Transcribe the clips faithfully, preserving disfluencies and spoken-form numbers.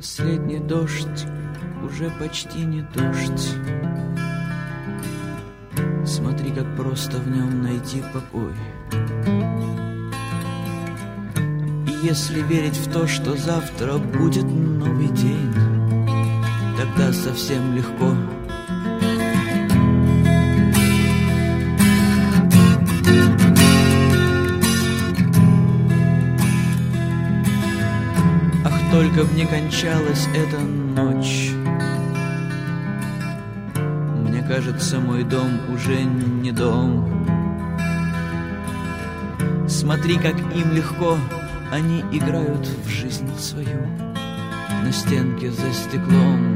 Последний дождь, уже почти не дождь. Смотри, как просто в нем найти покой. И если верить в то, что завтра будет новый день, тогда совсем легко. Только б не кончалась эта ночь. Мне кажется, мой дом уже не дом. Смотри, как им легко, они играют в жизнь свою на стенке за стеклом.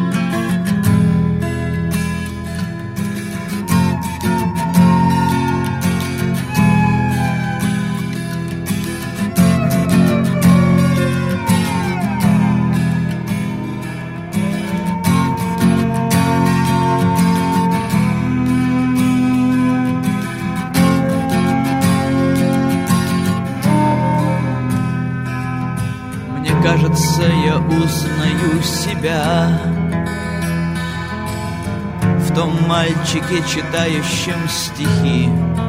Кажется, я узнаю себя в том мальчике, читающем стихи.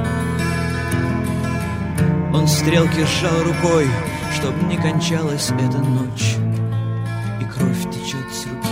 Он стрелки сжал рукой, чтоб не кончалась эта ночь, и кровь течет с руки.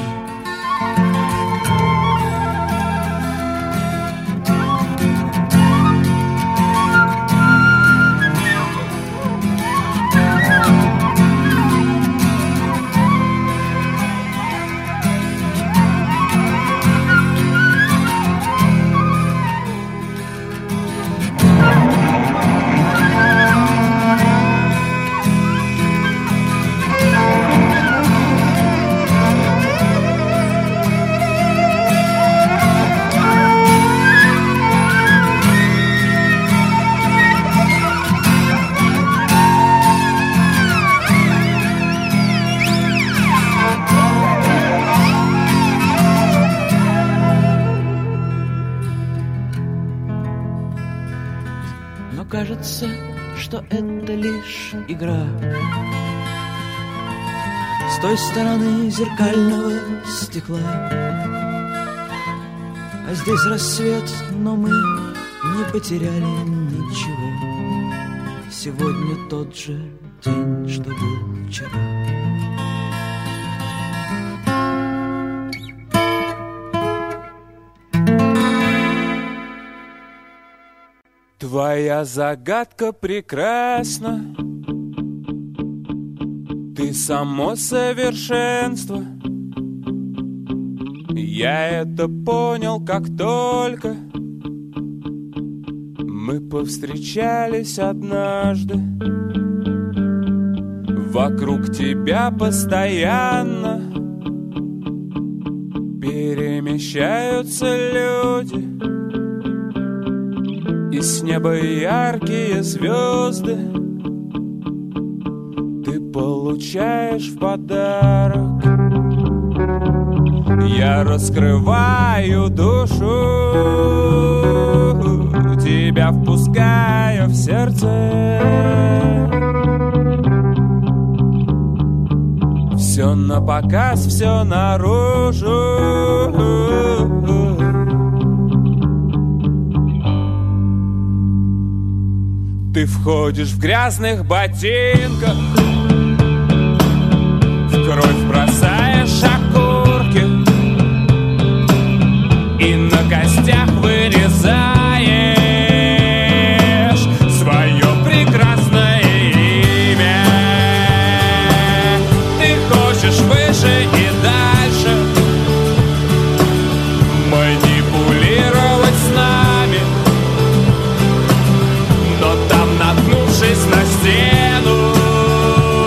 Кажется, что это лишь игра. С той стороны зеркального стекла. А здесь рассвет, но мы не потеряли ничего. Сегодня тот же день, что был вчера. Твоя загадка прекрасна, ты само совершенство. Я это понял, как только мы повстречались однажды. Вокруг тебя постоянно перемещаются люди, и с неба яркие звезды ты получаешь в подарок. Я раскрываю душу, тебя впуская в сердце. Все напоказ, все наружу. Ты входишь в грязных ботинках, в кровь бросаешь окурки и на костях вырезаешь свое прекрасное имя. Ты хочешь выше и дальше манипулировать с нами, но там, наткнувшись на стену,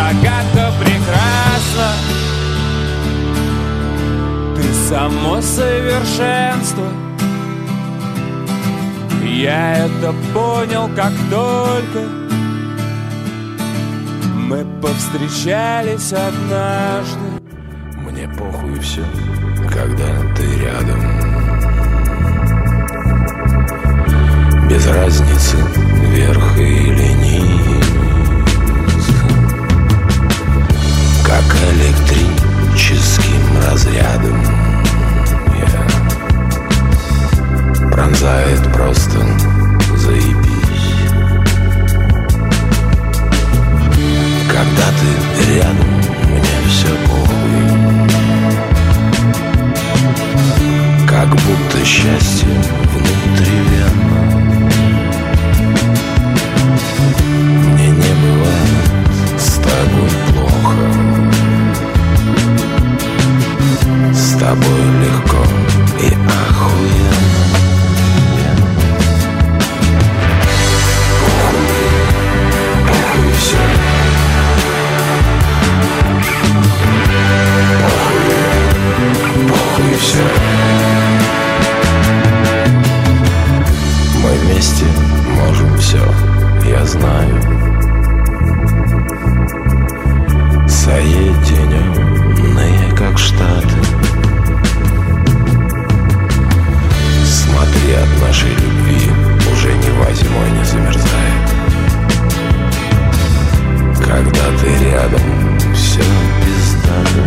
богато, прекрасно. Ты само совершенство. Я это понял, как только мы повстречались однажды. Мне похуй все, когда ты рядом. Без разницы, вверх или низ. Как электрическим разрядом yeah. Пронзает просто заебись. Когда ты рядом, мне все похуй. Как будто счастье внутривенно. Мне не бывает с тобой плохо. С тобой легко и охуенно. Похуй, похуй все. Похуй, похуй все. Мы вместе можем все, я знаю. Соединенные как штаты. Смотри, от нашей любви уже Нева зимой не замерзает. Когда ты рядом, все пиздато.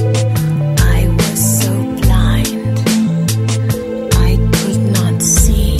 See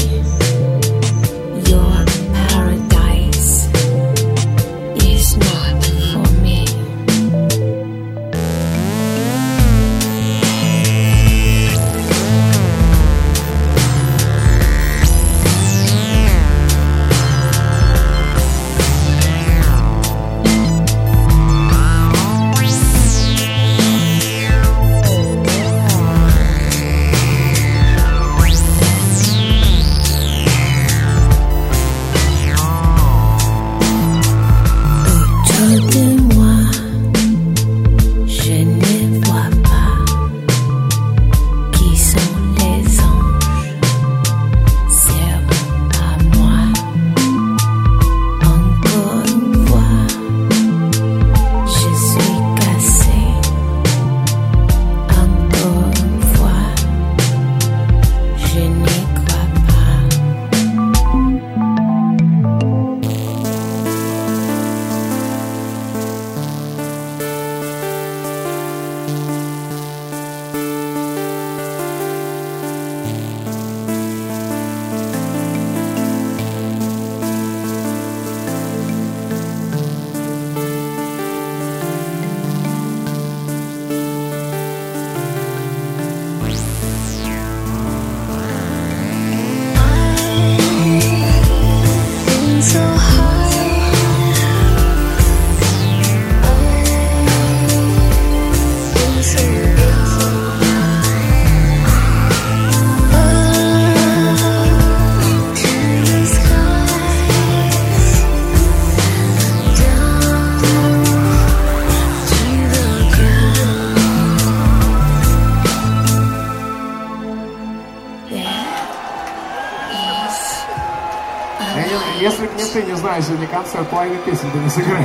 если бы не ты, не знаю, сегодня концерт, половину песен бы не сыграли.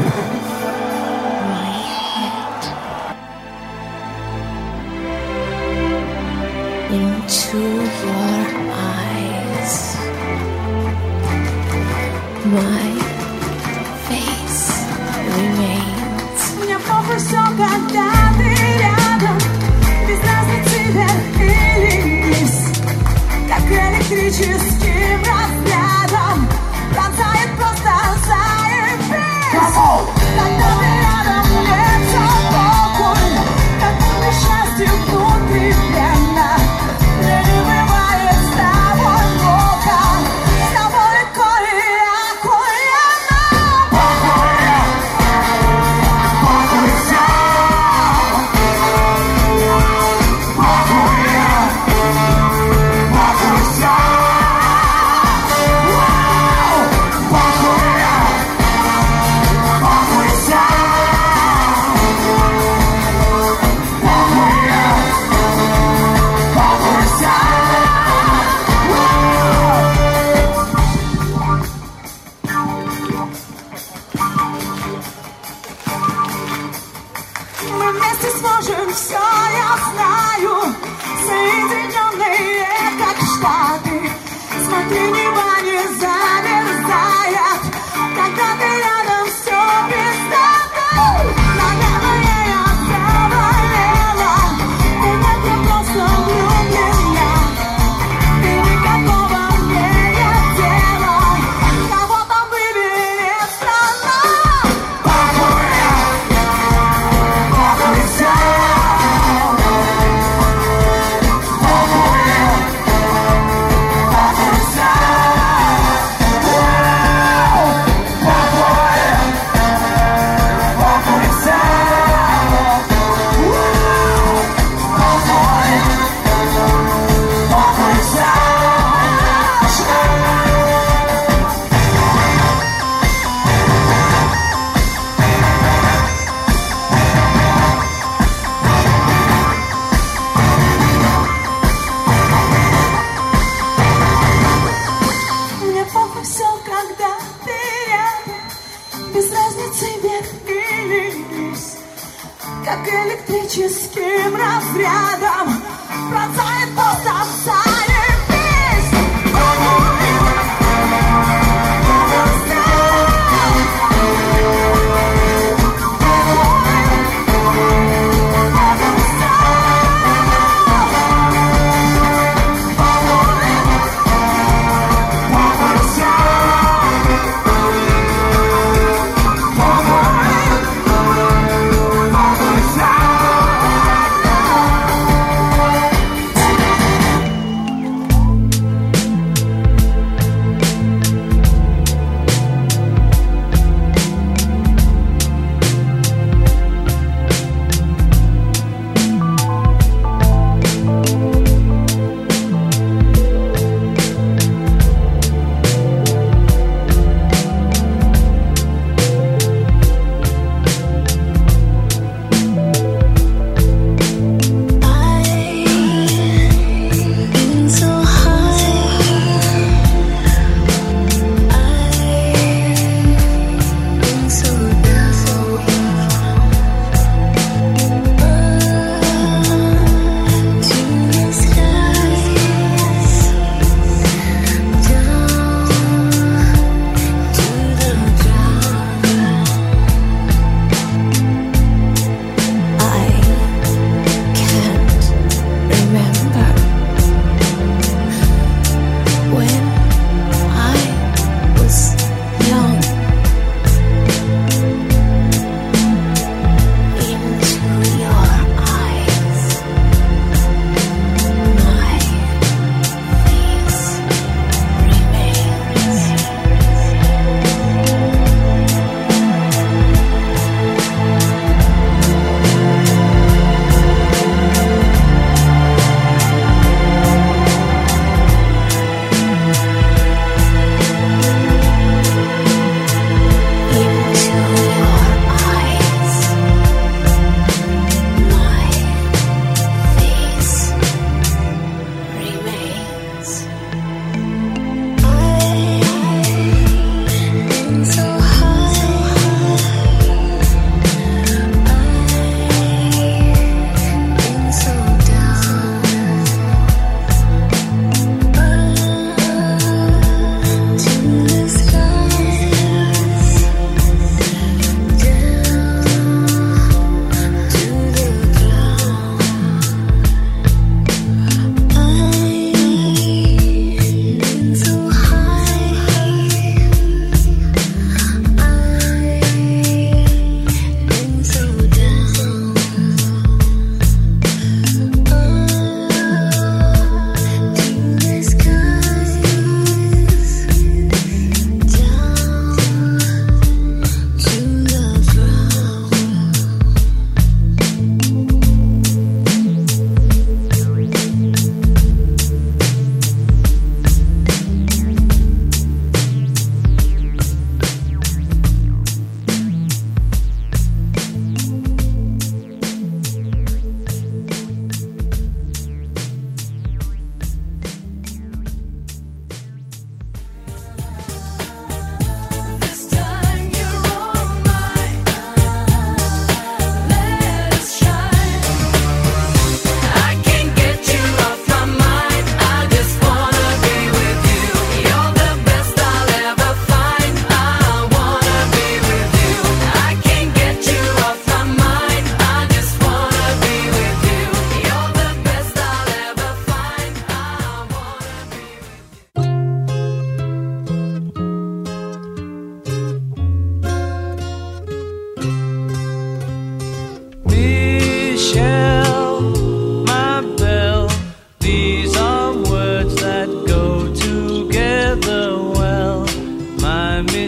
Into your eyes, my face remains. Мне похуй все, когда ты рядом, без разницы вверх или вниз, как электрическим разрядом пронзает просто заебись. Когда ты рядом, мне все похуй, как будто счастье внутривенно. Мне не бывает с тобой плохо, с тобой легко и охуенно. Похуй, похуй все, похуй, похуй все, похуй, похуй все, мы вместе сможем все, я знаю, соединенные как штаты. Смотри, небо не замерзает, когда ты рядом, все пиздато. Наверное, я заболела, и нет, я просто влюблена. И никакого мне нет дела, кого там выберет страна. Похуй, похуй все, похуй, похуй все, похуй, похуй все, похуй, похуй все. Мне похуй все, когда ты рядом, без разницы вверх или вниз, как электрическим разрядом пронзает просто заебись. Похуй, похуй все, похуй, похуй все, похуй, похуй все, похуй, похуй все.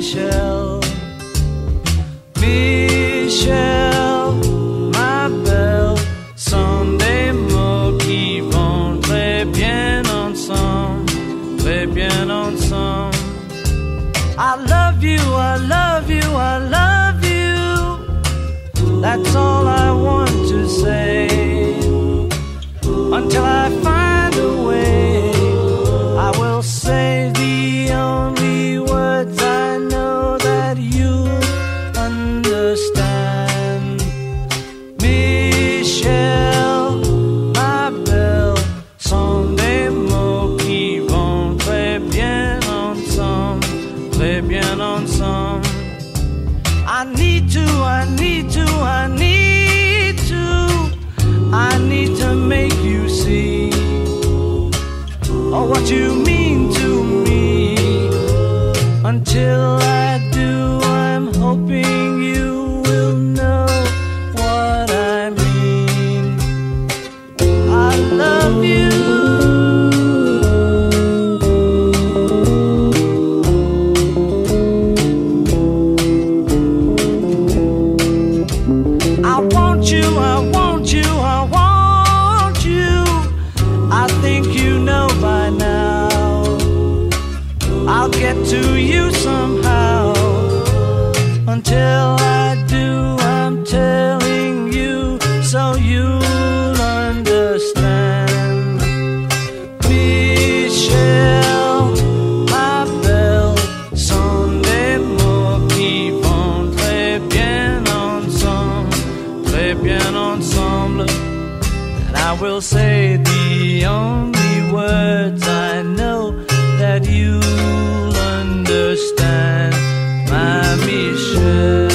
Michelle, Michelle, ma belle, sont des mots qui vont très bien ensemble, très bien ensemble. I love you, I love you, I love you. That's all I want to say. Until I find a way, I will say the only words I know that you understand. Michelle, ma belle, sont des mots qui vont très bien ensemble, très bien ensemble. I need to, I need to, I need to, I need to make you see oh, what you mean to me. Until I do, I'm hoping you will know what I mean. I love you. I want you, I want you, I want you. I think you know by now. I'll get to you somehow. Until I do, I'm telling you so you'll understand. Michelle, ma belle, sont des mots qui vont très bien ensemble, très bien ensemble. And I will say the only words I know that you'll understand, my Michelle.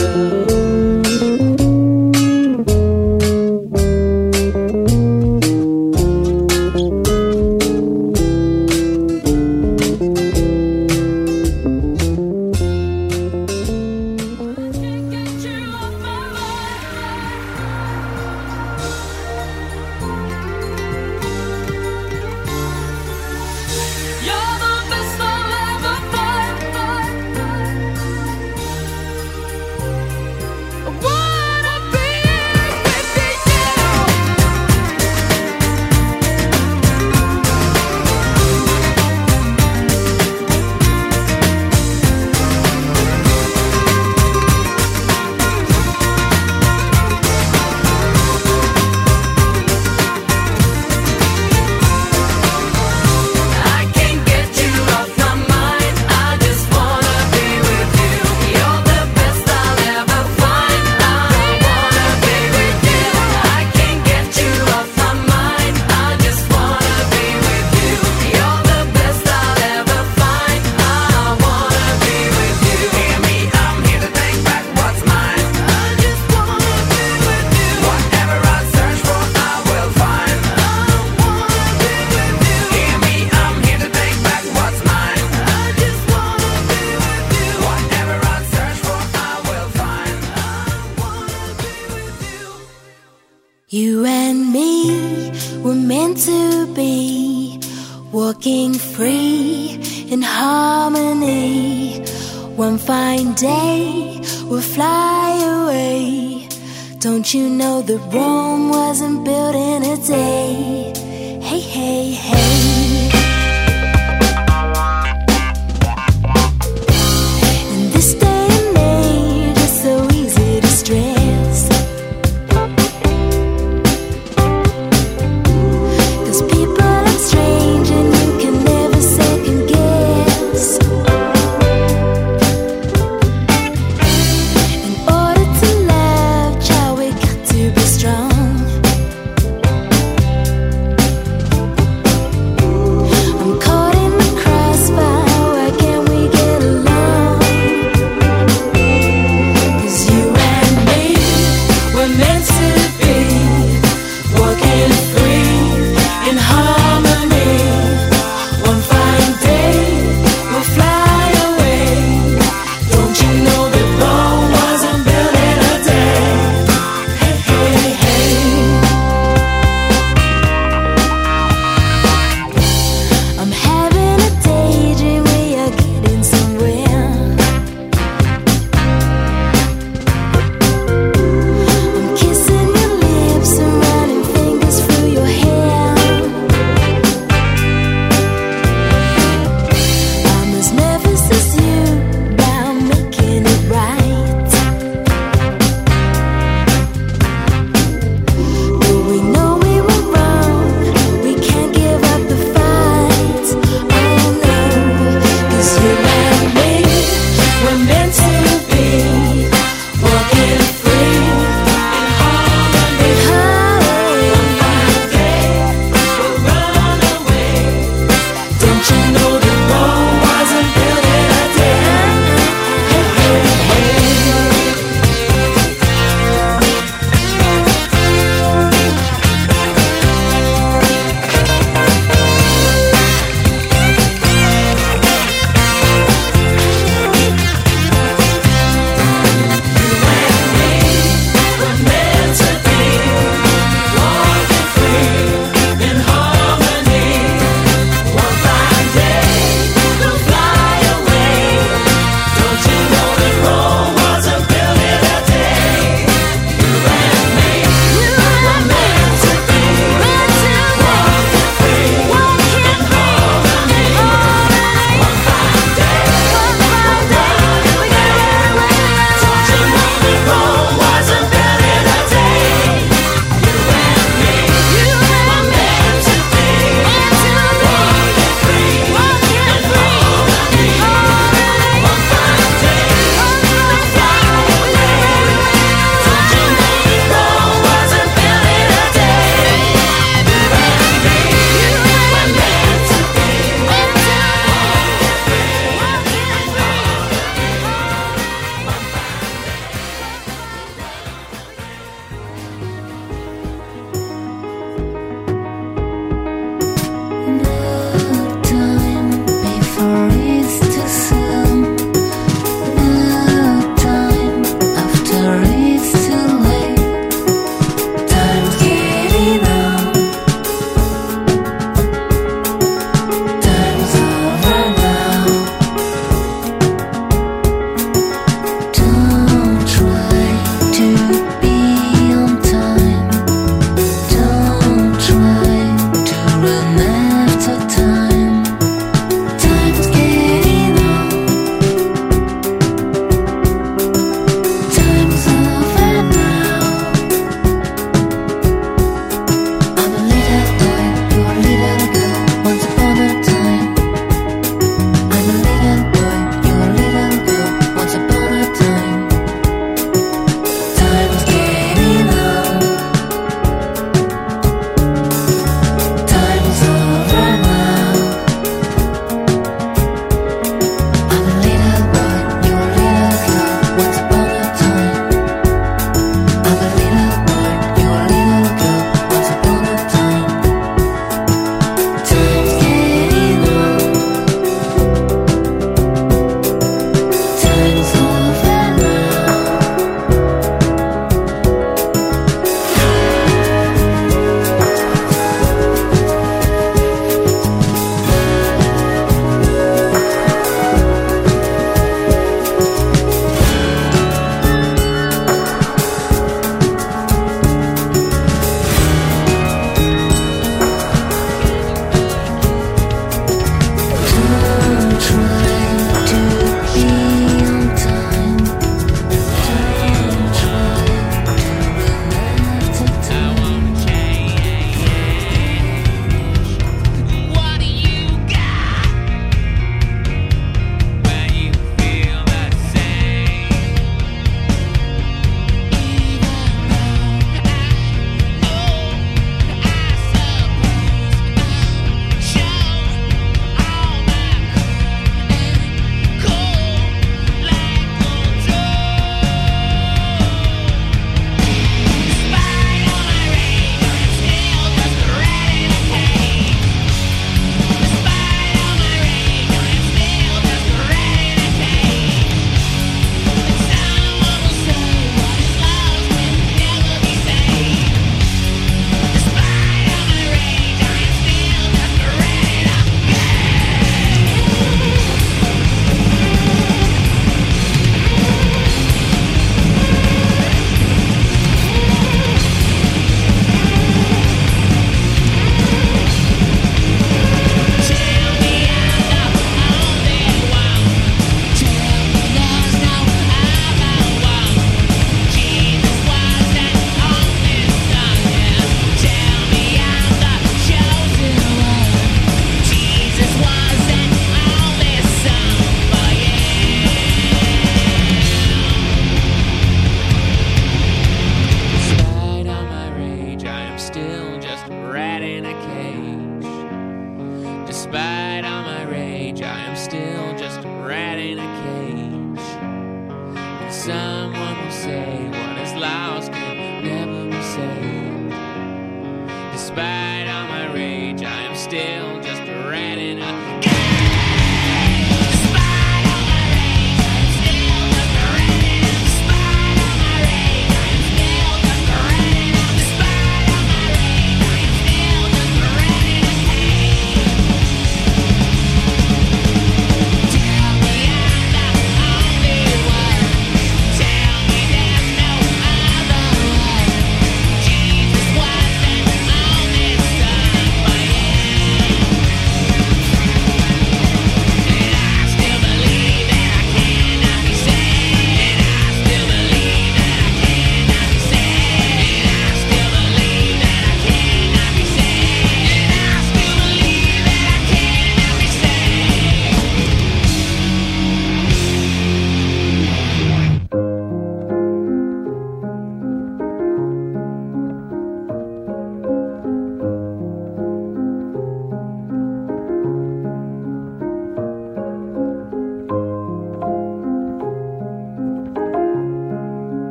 You and me were meant to be, walking free in harmony. One fine day we'll fly away. Don't you know that Rome wasn't built in a day? Hey, hey, hey. In this day and age, it's so easy to stress.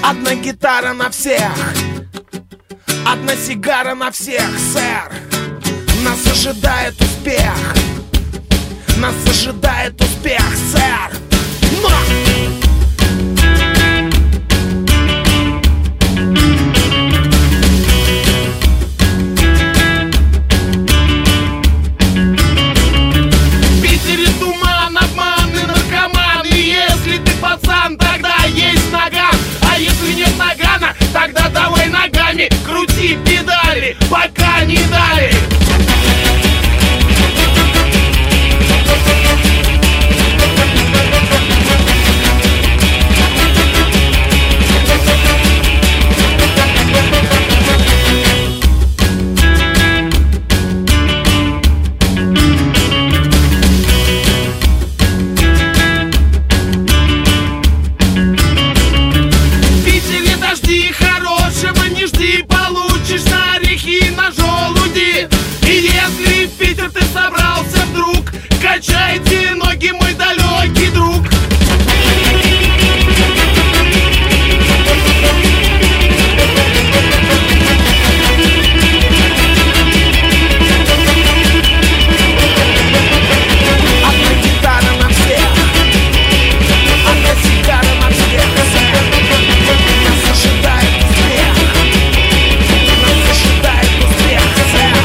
Одна гитара на всех, одна сигара на всех, сэр. Нас ожидает успех, нас ожидает успех, сэр. Но! В Питере туман, обман и наркоман. И если ты пацан, тогда есть наган. А если нет нагана, тогда давай ногами крути педали, пока не дали. Качайте ноги, мой далекий друг. Одна гитара на всех, одна сигара на всех. Нас ожидает успех, нас ожидает успех, сэр.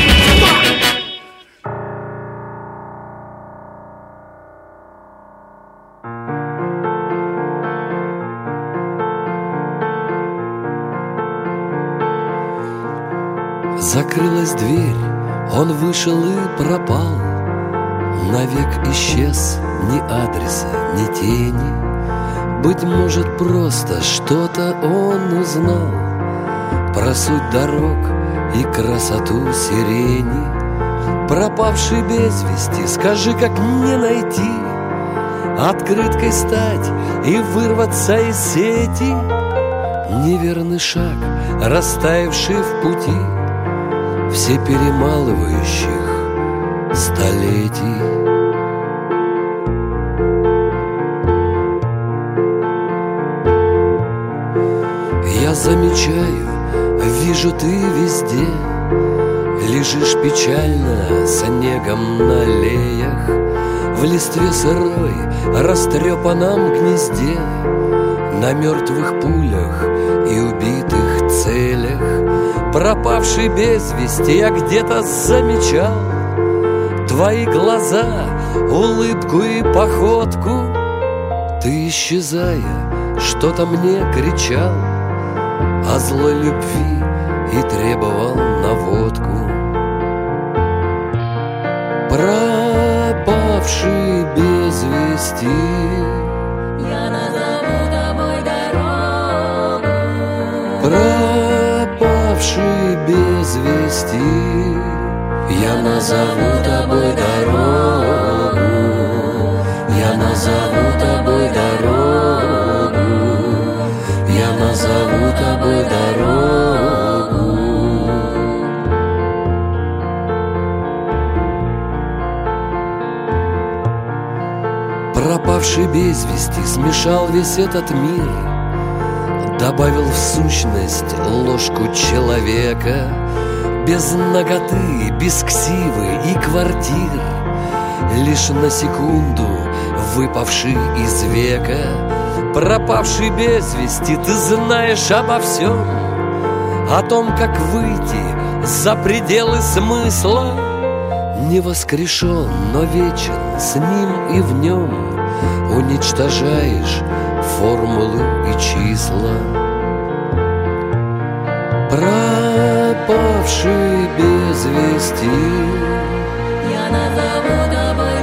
Закрылась дверь, он вышел и пропал. Навек исчез, ни адреса, ни тени. Быть может, просто что-то он узнал про суть дорог и красоту сирени. Пропавший без вести, скажи, как не найти, открыткой стать и вырваться из сети. Неверный шаг, растаявший в пути все перемалывающих столетий. Я замечаю, вижу, ты везде лежишь печально снегом на аллеях, в листве сырой, растрепанном гнезде, на мертвых пулях и убитых целях. Пропавший без вести, я где-то замечал твои глаза, улыбку и походку. Ты, исчезая, что-то мне кричал о злой любви и требовал наводку. Пропавший без вести, я назову тобой дорогу. Пропавший без вести, я назову тобой дорогу. Я назову тобой дорогу. Я назову тобой дорогу. Пропавший без вести смешал весь этот мир, добавил в сущность ложку человека, без наготы, без ксивы и квартир, лишь на секунду выпавший из века. Пропавший без вести, ты знаешь обо всем, о том, как выйти за пределы смысла. Не воскрешен, но вечен, с ним и в нем уничтожаешь формулы и числа. Пропавший без вести, я назову тобой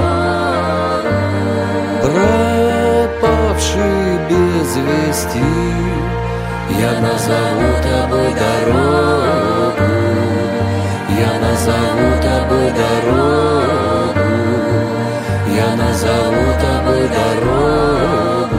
дорогу. Пропавший без вести, я назову тобой дорогу. Я назову тобой дорогу. Я назову тобой дорогу.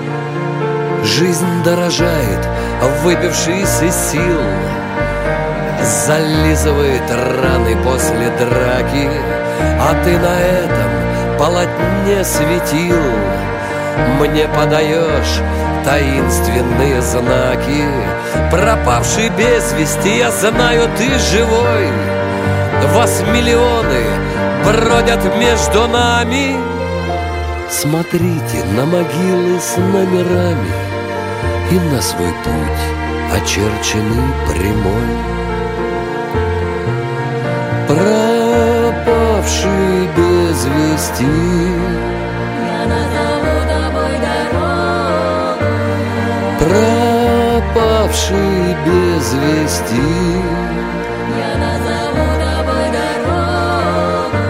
Жизнь дорожает, выпившись из сил, зализывает раны после драки, а ты на этом полотне светил мне подаешь таинственные знаки. Пропавший без вести, я знаю, ты живой. Вас миллионы бродят между нами. Смотрите на могилы с номерами и на свой путь, очерченный прямой. Пропавший без вести, Я назову тобой дорогу. пропавший без вести, Я назову тобой дорогу.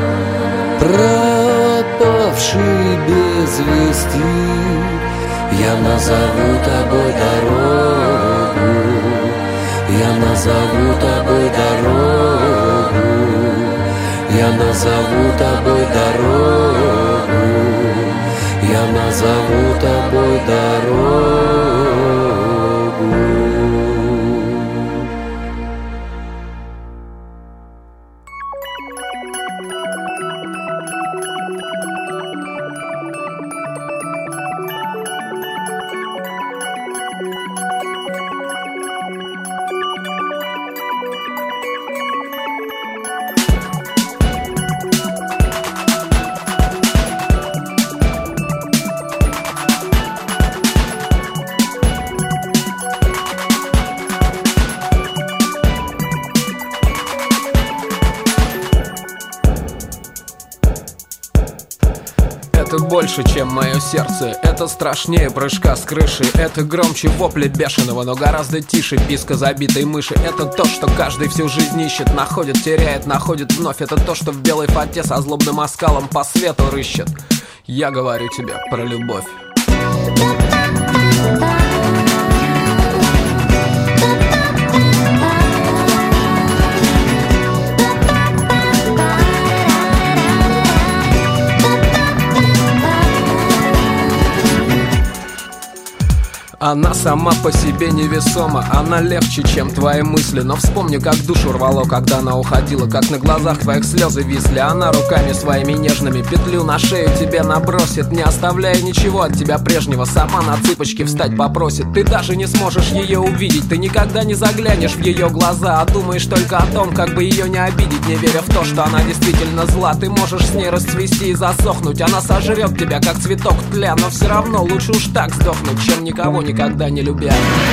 пропавший без вести. Я назову тобой дорогу, я назову тобой дорогу, я назову тобой дорогу, я назову тобой дорогу. Это больше, чем мое сердце. Это страшнее прыжка с крыши. Это громче вопли бешеного, но гораздо тише писка забитой мыши. Это то, что каждый всю жизнь ищет, находит, теряет, находит вновь. Это то, что в белой фате со злобным оскалом по свету рыщет. Я говорю тебе про любовь. Она сама по себе невесома, она легче, чем твои мысли. Но вспомни, как душу рвало, когда она уходила, как на глазах твоих слезы висли. Она руками своими нежными петлю на шею тебе набросит, не оставляя ничего от тебя прежнего. Сама на цыпочки встать попросит. Ты даже не сможешь ее увидеть, ты никогда не заглянешь в ее глаза, а думаешь только о том, как бы ее не обидеть, не веря в то, что она действительно зла. Ты можешь с ней расцвести и засохнуть, она сожрет тебя, как цветок тля. Но все равно лучше уж так сдохнуть, чем никого никогда не любя.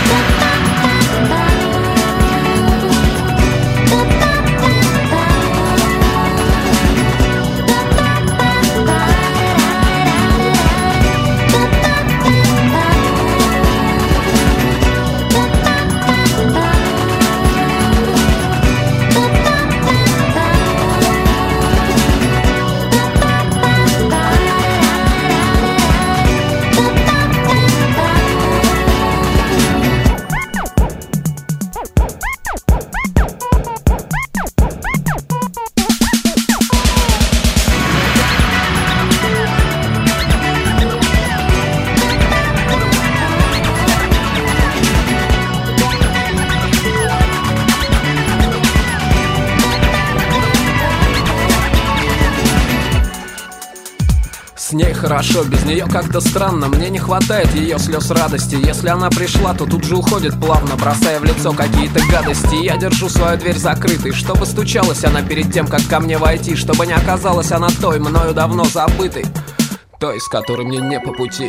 С ней хорошо, без нее как-то странно. Мне не хватает ее слез радости. Если она пришла, то тут же уходит плавно, бросая в лицо какие-то гадости. Я держу свою дверь закрытой, чтобы стучалась она перед тем, как ко мне войти, чтобы не оказалась она той, мною давно забытой, той, с которой мне не по пути.